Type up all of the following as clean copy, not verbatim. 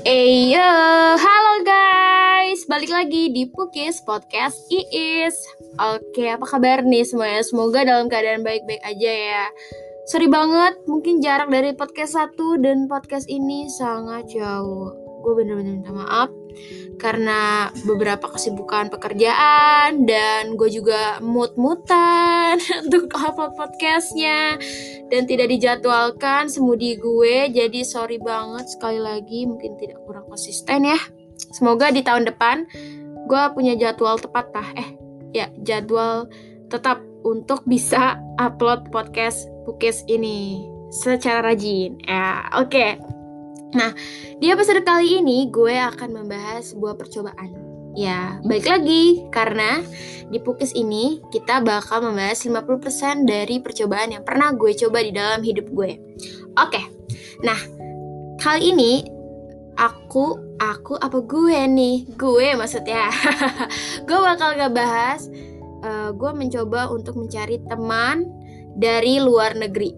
Eyo, halo guys, balik lagi di Pukis Podcast Iis. Oke, apa kabar nih semuanya? Semoga dalam keadaan baik-baik aja ya. Sorry banget, mungkin jarak dari podcast satu dan podcast ini sangat jauh. Gue bener-bener minta maaf karena beberapa kesibukan pekerjaan dan gue juga mut-mutan untuk upload podcastnya dan tidak dijadwalkan semudi gue. Jadi sorry banget sekali lagi, mungkin tidak kurang konsisten ya. Semoga di tahun depan gue punya jadwal tepat jadwal tetap untuk bisa upload podcast Pukis ini secara rajin ya. Oke. Nah, di episode kali ini gue akan membahas sebuah percobaan. Ya, balik lagi karena di Pukis ini kita bakal membahas 50% dari percobaan yang pernah gue coba di dalam hidup gue. Oke. Nah, kali ini aku apa gue nih? Gue maksudnya. Gue bakal ngebahas gue mencoba untuk mencari teman dari luar negeri.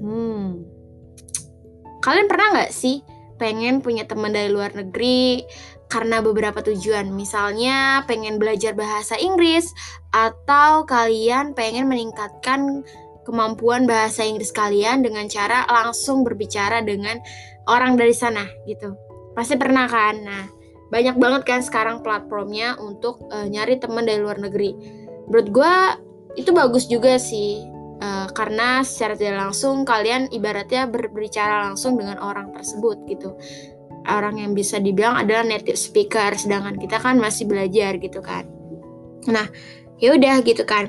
Kalian pernah gak sih pengen punya teman dari luar negeri karena beberapa tujuan? Misalnya pengen belajar bahasa Inggris, atau kalian pengen meningkatkan kemampuan bahasa Inggris kalian dengan cara langsung berbicara dengan orang dari sana gitu. Pasti pernah kan? Nah, banyak banget kan sekarang platformnya untuk nyari teman dari luar negeri. Menurut gue itu bagus juga sih. Karena secara tidak langsung kalian ibaratnya berbicara langsung dengan orang tersebut gitu. Orang yang bisa dibilang adalah native speaker, sedangkan kita kan masih belajar gitu kan. Nah, ya udah gitu kan.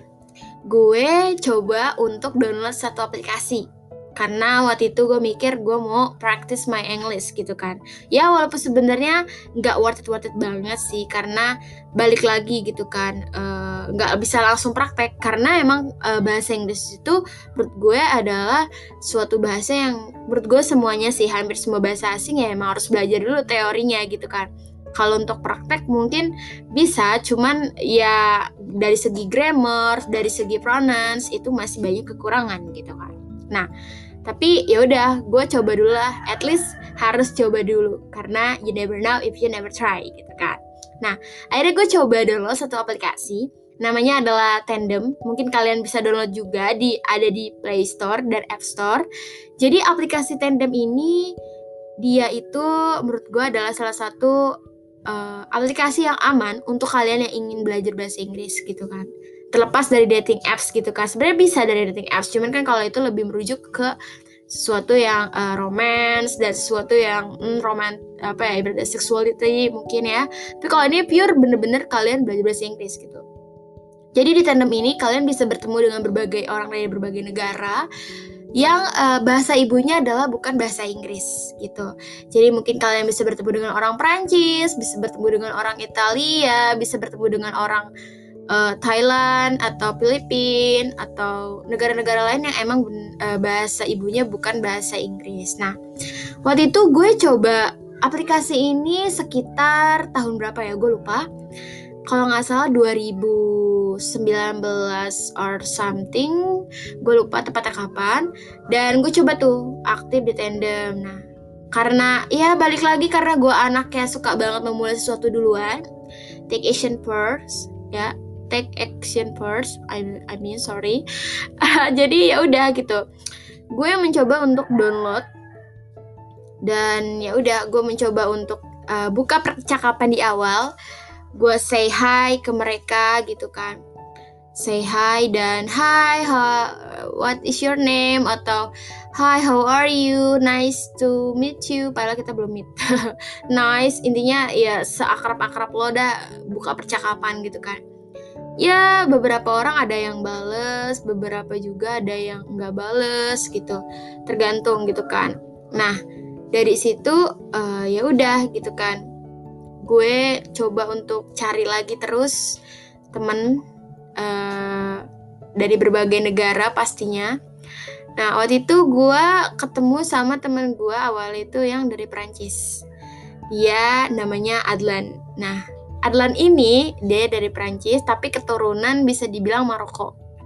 Gue coba untuk download satu aplikasi. Karena waktu itu gue mikir gue mau practice my English gitu kan. Ya walaupun sebenarnya gak worth it banget sih, karena balik lagi gitu kan, gak bisa langsung praktek. Karena emang bahasa Inggris itu menurut gue adalah suatu bahasa yang menurut gue semuanya sih, hampir semua bahasa asing ya emang harus belajar dulu teorinya gitu kan. Kalau untuk praktek mungkin bisa, cuman ya dari segi grammar, dari segi pronounce itu masih banyak kekurangan gitu kan. Nah, tapi ya udah, gue coba dulu lah. At least harus coba dulu, karena you never know if you never try gitu kan. Nah, akhirnya gue coba download satu aplikasi. Namanya adalah Tandem. Mungkin kalian bisa download juga, ada di Play Store dan App Store. Jadi aplikasi Tandem ini dia itu menurut gue adalah salah satu aplikasi yang aman untuk kalian yang ingin belajar bahasa Inggris gitu kan. Terlepas dari dating apps gitu kan. Sebenarnya bisa dari dating apps, cuman kan kalau itu lebih merujuk ke sesuatu yang romance dan sesuatu yang ibaratnya sexuality mungkin ya. Tapi kalau ini pure bener-bener kalian belajar bahasa Inggris gitu. Jadi di Tandem ini kalian bisa bertemu dengan berbagai orang dari berbagai negara yang bahasa ibunya adalah bukan bahasa Inggris gitu. Jadi mungkin kalian bisa bertemu dengan orang Perancis, bisa bertemu dengan orang Italia, bisa bertemu dengan orang Thailand atau Filipina atau negara-negara lain yang emang bahasa ibunya bukan bahasa Inggris. Nah, waktu itu gue coba aplikasi ini sekitar tahun berapa ya, gue lupa. Kalau nggak salah 2019 or something, gue lupa tepatnya kapan. Dan gue coba tuh aktif di Tandem. Nah, karena ya balik lagi karena gue anaknya suka banget memulai sesuatu duluan. Take action first. Jadi ya udah gitu. Gue mencoba untuk download dan ya udah gue mencoba untuk buka percakapan di awal. Gue say hi ke mereka gitu kan. Say hi dan hi, what is your name, atau hi, how are you, nice to meet you, padahal kita belum meet. Nice, intinya ya seakrab-akrab lo dah buka percakapan gitu kan. Ya beberapa orang ada yang bales, beberapa juga ada yang nggak bales gitu, tergantung gitu kan. Nah dari situ ya udah gitu kan, gue coba untuk cari lagi terus temen dari berbagai negara pastinya. Nah waktu itu gue ketemu sama temen gue awal itu yang dari Perancis. Dia namanya Adlan. Nah Adlan ini dia dari Perancis tapi keturunan bisa dibilang Maroko.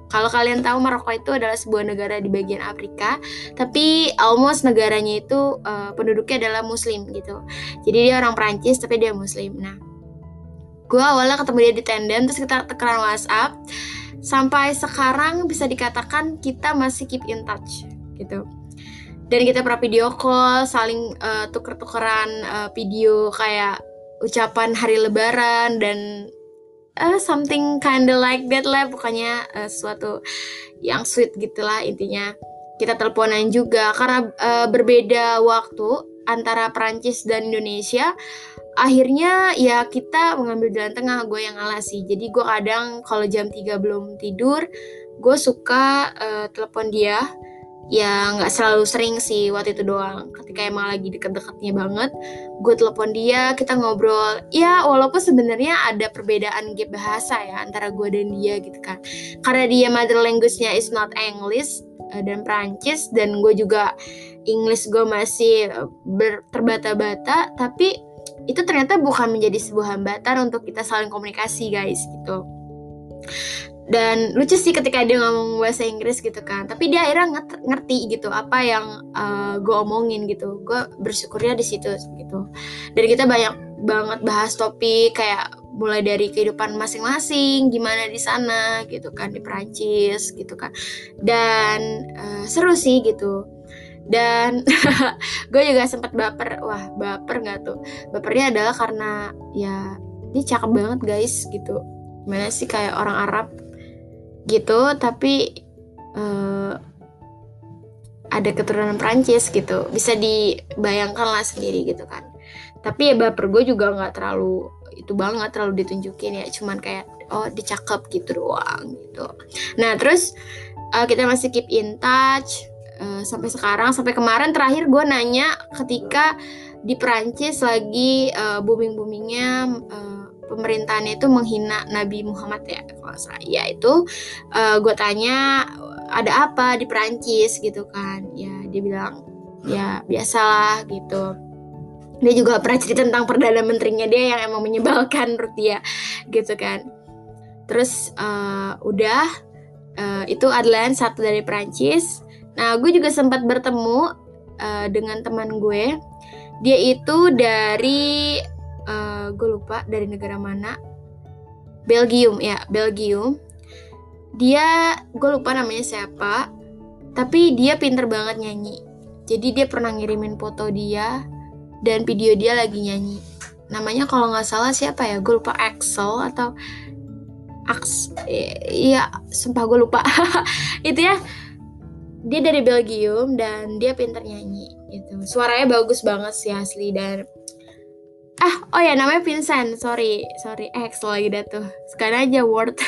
Kalau kalian tahu, Maroko itu adalah sebuah negara di bagian Afrika, tapi almost negaranya itu penduduknya adalah Muslim gitu. Jadi dia orang Prancis tapi dia Muslim. Nah, gue awalnya ketemu dia di tandem, terus kita tukeran WhatsApp. Sampai sekarang bisa dikatakan kita masih keep in touch gitu. Dan kita pernah video call, saling tuker-tukeran video kayak ucapan hari lebaran dan something kinda like that lah, pokoknya sesuatu yang sweet gitulah intinya. Kita teleponan juga karena berbeda waktu antara Perancis dan Indonesia. Akhirnya ya kita mengambil jalan tengah, gue yang ngalah sih. Jadi gue kadang kalau jam 3 belum tidur, gue suka telepon dia. Ya nggak selalu sering sih, waktu itu doang. Ketika emang lagi deket-deketnya banget, gue telepon dia, kita ngobrol. Ya walaupun sebenarnya ada perbedaan gap bahasa ya antara gue dan dia gitu kan. Karena dia mother language-nya is not English dan Prancis, dan gue juga English gue masih terbata-bata. Tapi itu ternyata bukan menjadi sebuah hambatan untuk kita saling komunikasi guys gitu. Dan lucu sih ketika dia ngomong bahasa Inggris gitu kan, tapi dia akhirnya ngerti gitu apa yang gue omongin gitu. Gue bersyukurnya di situ gitu. Dan kita banyak banget bahas topik kayak mulai dari kehidupan masing-masing, gimana di sana gitu kan, di Perancis gitu kan. Dan seru sih gitu. Dan gue juga sempat baper. Wah, baper nggak tuh? Bapernya adalah karena ya dia cakep banget guys gitu. Gimana sih, kayak orang Arab gitu, tapi ada keturunan Prancis gitu. Bisa dibayangkan lah sendiri gitu kan. Tapi ya baper gue juga nggak terlalu itu banget, terlalu ditunjukin ya. Cuman kayak dicakep gitu doang gitu. Nah terus kita masih keep in touch sampai sekarang. Sampai kemarin terakhir gue nanya ketika di Prancis lagi booming-boomingnya pemerintahannya itu menghina Nabi Muhammad ya kalau saya itu gue tanya ada apa di Perancis gitu kan. Ya dia bilang ya biasalah gitu. Dia juga pernah cerita tentang perdana menterinya dia yang emang menyebalkan menurut dia gitu kan. Terus itu adalah satu dari Perancis. Nah gue juga sempat bertemu dengan teman gue. Dia itu dari gue lupa dari negara mana, Belgium. Dia gue lupa namanya siapa, tapi dia pinter banget nyanyi. Jadi dia pernah ngirimin foto dia dan video dia lagi nyanyi. Namanya kalau nggak salah siapa ya, gue lupa, Axel atau iya sumpah gue lupa. Itu ya, dia dari Belgium dan dia pinter nyanyi gitu. Suaranya bagus banget sih asli. Dan namanya Vincent. Sorry X lagi dah tuh. Sekarang aja Word.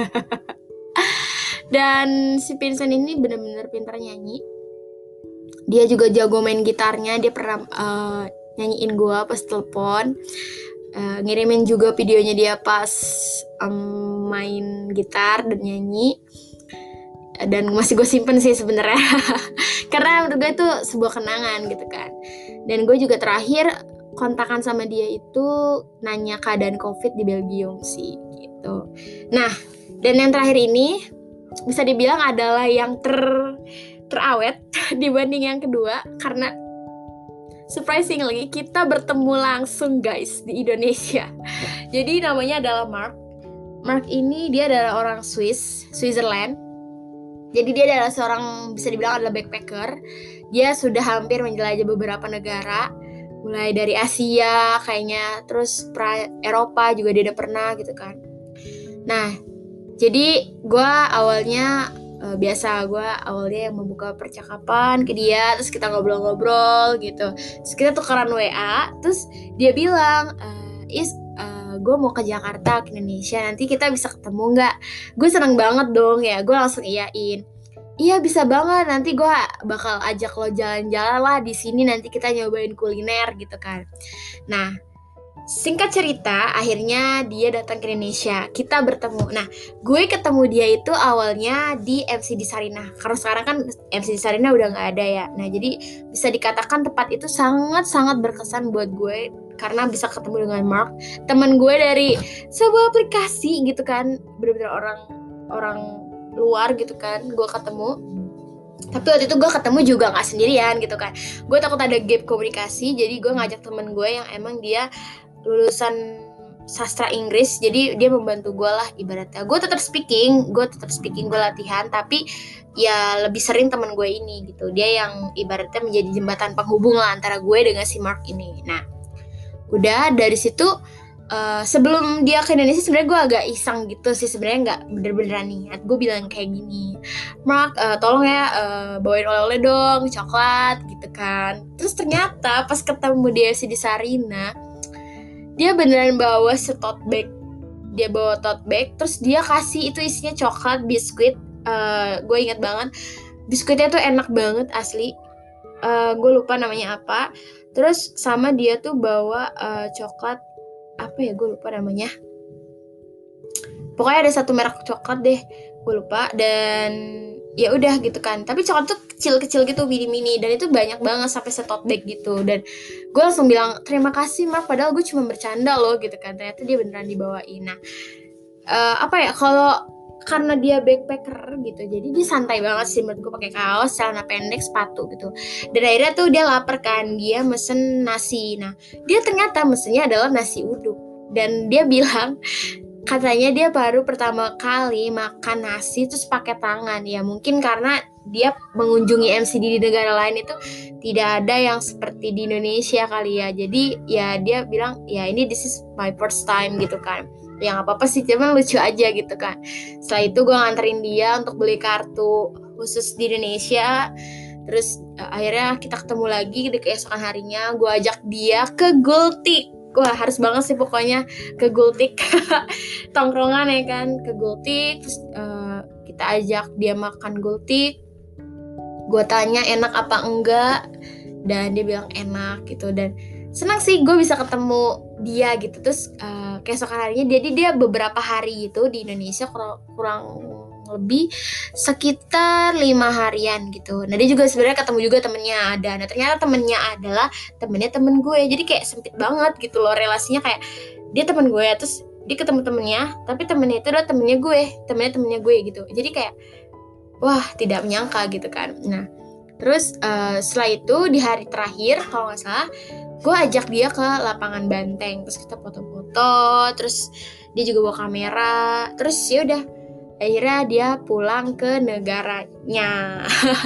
Dan si Vincent ini bener-bener pintar nyanyi. Dia juga jago main gitarnya. Dia pernah nyanyiin gue pas telepon. Ngirimin juga videonya dia pas main gitar dan nyanyi. Dan masih gue simpen sih sebenarnya. Karena menurut gue itu sebuah kenangan gitu kan. Dan gue juga terakhir kontakan sama dia itu nanya keadaan COVID di Belgium sih gitu. Nah, dan yang terakhir ini bisa dibilang adalah yang terawet dibanding yang kedua, karena surprisingly kita bertemu langsung guys di Indonesia. Jadi namanya adalah Mark. Mark ini dia adalah orang Switzerland. Jadi dia adalah seorang, bisa dibilang adalah backpacker. Dia sudah hampir menjelajah beberapa negara, mulai dari Asia kayaknya, terus Eropa juga dia udah pernah gitu kan. Nah, jadi gue awalnya yang membuka percakapan ke dia, terus kita ngobrol-ngobrol gitu. Terus kita tukeran WA, terus dia bilang, gue mau ke Jakarta, ke Indonesia, nanti kita bisa ketemu nggak? Gue seneng banget dong ya, gue langsung iyain. Iya bisa banget, nanti gue bakal ajak lo jalan-jalan lah di sini, nanti kita nyobain kuliner gitu kan. Nah, singkat cerita, akhirnya dia datang ke Indonesia, kita bertemu. Nah, gue ketemu dia itu awalnya di MCD Sarinah, karena sekarang kan MCD Sarinah udah nggak ada ya. Nah, jadi bisa dikatakan tempat itu sangat-sangat berkesan buat gue, karena bisa ketemu dengan Mark, teman gue dari sebuah aplikasi gitu kan, benar-benar orang luar gitu kan, gue ketemu. Tapi waktu itu gue ketemu juga gak sendirian gitu kan, gue takut ada gap komunikasi, jadi gue ngajak temen gue yang emang dia lulusan sastra Inggris, jadi dia membantu gue lah ibaratnya. Gue tetap speaking, gue latihan, tapi ya lebih sering temen gue ini gitu, dia yang ibaratnya menjadi jembatan penghubung lah antara gue dengan si Mark ini. Nah udah dari situ sebelum dia ke Indonesia sebenarnya gue agak iseng gitu sih, sebenarnya nggak bener-beneran niat. Gue bilang kayak gini, Mark tolong ya bawain oleh-oleh dong, coklat gitu kan. Terus ternyata pas ketemu dia sih di Sarina, dia beneran bawa tote bag. Dia bawa tote bag, terus dia kasih itu isinya coklat, biskuit. Gue ingat banget, biskuitnya tuh enak banget asli. Gue lupa namanya apa. Terus sama dia tuh bawa coklat apa ya, gue lupa namanya. Pokoknya ada satu merek coklat deh, gue lupa. Dan ya udah gitu kan. Tapi coklat tuh kecil-kecil gitu, mini-mini, dan itu banyak banget sampai tote bag gitu. Dan gue langsung bilang terima kasih Mark, padahal gue cuma bercanda loh gitu kan. Ternyata dia beneran dibawain. Nah apa ya, kalau karena dia backpacker gitu, jadi dia santai banget sih menurut gue, pakai kaos, celana pendek, sepatu gitu. Dan akhirnya tuh dia lapar kan, dia mesen nasi. Nah dia ternyata mesennya adalah nasi uduk, dan dia bilang katanya dia baru pertama kali makan nasi terus pakai tangan. Ya mungkin karena dia mengunjungi MCD di negara lain itu tidak ada yang seperti di Indonesia kali ya. Jadi ya dia bilang ya ini this is my first time gitu kan. Ya gak apa-apa sih, cuman lucu aja gitu kan. Setelah itu gue nganterin dia untuk beli kartu khusus di Indonesia. Terus akhirnya kita ketemu lagi di keesokan harinya. Gue ajak dia ke Gultik. Wah harus banget sih pokoknya ke Gultik. Tongkrongan ya kan, ke Gultik. Terus kita ajak dia makan Gultik. Gue tanya enak apa enggak, dan dia bilang enak gitu. Dan senang sih gue bisa ketemu dia gitu. Terus keesokan harinya, jadi dia beberapa hari itu di Indonesia, kurang lebih sekitar 5 harian gitu. Nah dia juga sebenarnya ketemu juga temennya ada. Nah ternyata temennya adalah temennya temen gue. Jadi kayak sempit banget gitu loh relasinya, kayak dia temen gue, terus dia ketemu temennya, tapi temennya itu adalah temennya gue gitu. Jadi kayak wah tidak menyangka gitu kan. Nah terus setelah itu di hari terakhir kalau nggak salah, gue ajak dia ke lapangan banteng, terus kita foto-foto, terus dia juga bawa kamera, terus ya udah akhirnya dia pulang ke negaranya.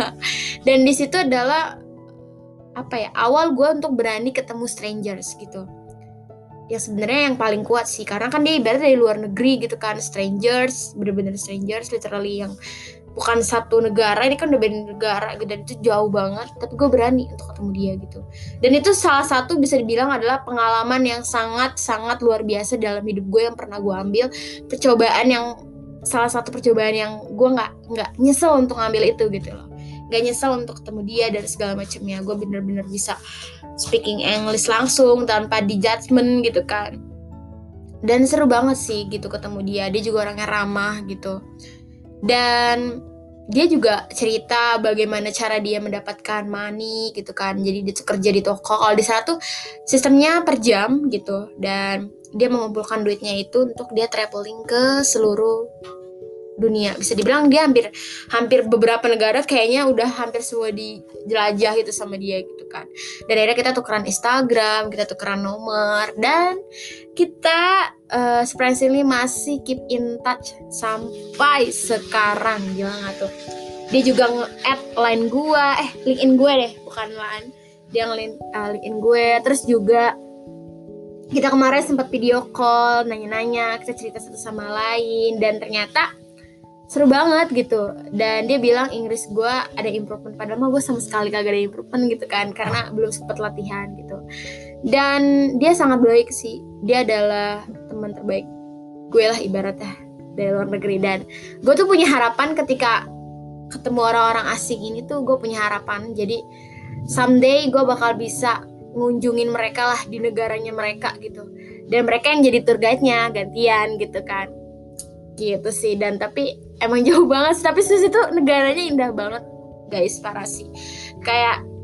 Dan di situ adalah apa ya, awal gue untuk berani ketemu strangers gitu. Ya sebenarnya yang paling kuat sih, karena kan dia ibarat dari luar negeri gitu kan, strangers, bener-bener strangers, literally yang bukan satu negara, ini kan udah beda negara gitu, dan itu jauh banget, tapi gue berani untuk ketemu dia gitu. Dan itu salah satu bisa dibilang adalah pengalaman yang sangat-sangat luar biasa dalam hidup gue yang pernah gue ambil. Salah satu percobaan yang gue nggak nyesel untuk ngambil itu gitu loh, nggak nyesel untuk ketemu dia dan segala macamnya. Gue bener-bener bisa speaking English langsung tanpa di-judgment gitu kan. Dan seru banget sih gitu ketemu dia. Dia juga orangnya ramah gitu. Dan dia juga cerita bagaimana cara dia mendapatkan money gitu kan. Jadi dia tuh kerja di toko. Kalau di sana tuh sistemnya per jam gitu. Dan dia mengumpulkan duitnya itu untuk dia traveling ke seluruh dunia. Bisa dibilang dia hampir beberapa negara, kayaknya udah hampir semua dijelajah gitu sama dia gitu kan. Dan akhirnya kita tukeran Instagram, kita tukeran nomor, dan kita surprisingly masih keep in touch sampai sekarang. Gila gak tuh? Dia juga nge-add line gue, LinkedIn gue deh, bukan line. Dia LinkedIn gue. Terus juga kita kemarin sempat video call, nanya-nanya, kita cerita satu sama lain, dan ternyata seru banget gitu. Dan dia bilang Inggris gue ada improvement, padahal mah gue sama sekali kagak ada improvement gitu kan, karena belum sempat latihan gitu. Dan dia sangat baik sih, dia adalah teman terbaik gue lah ibaratnya dari luar negeri. Dan gue tuh punya harapan ketika ketemu orang-orang asing ini tuh, gue punya harapan jadi someday gue bakal bisa ngunjungin mereka lah di negaranya mereka gitu, dan mereka yang jadi tour guide-nya gantian gitu kan, gitu sih. Dan tapi emang jauh banget, tapi Swiss itu negaranya indah banget guys, parah sih. Kayak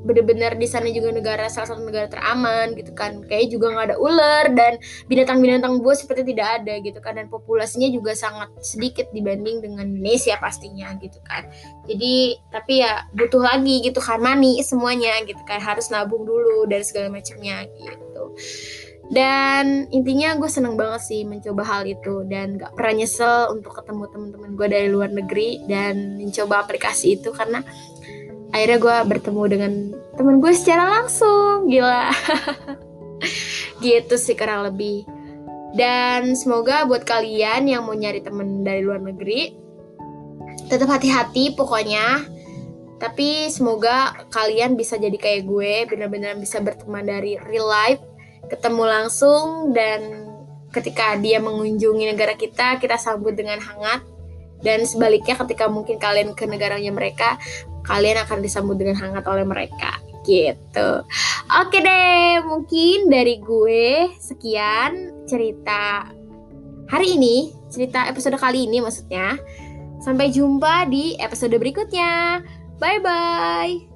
bener-bener di sana juga salah satu negara teraman gitu kan, kayak juga nggak ada ular dan binatang-binatang buas seperti tidak ada gitu kan, dan populasinya juga sangat sedikit dibanding dengan Indonesia pastinya gitu kan. Jadi tapi ya butuh lagi gitu kan, money semuanya gitu kan, harus nabung dulu dan segala macamnya gitu. Dan intinya gue seneng banget sih mencoba hal itu, dan gak pernah nyesel untuk ketemu teman-teman gue dari luar negeri dan mencoba aplikasi itu, karena akhirnya gue bertemu dengan teman gue secara langsung. Gila. Gitu sih kurang lebih. Dan semoga buat kalian yang mau nyari temen dari luar negeri, tetap hati-hati pokoknya. Tapi semoga kalian bisa jadi kayak gue, benar-benar bisa berteman dari real life, ketemu langsung, dan ketika dia mengunjungi negara kita sambut dengan hangat. Dan sebaliknya ketika mungkin kalian ke negaranya mereka, kalian akan disambut dengan hangat oleh mereka gitu. Oke deh, mungkin dari gue sekian cerita hari ini, cerita episode kali ini maksudnya. Sampai jumpa di episode berikutnya. Bye-bye.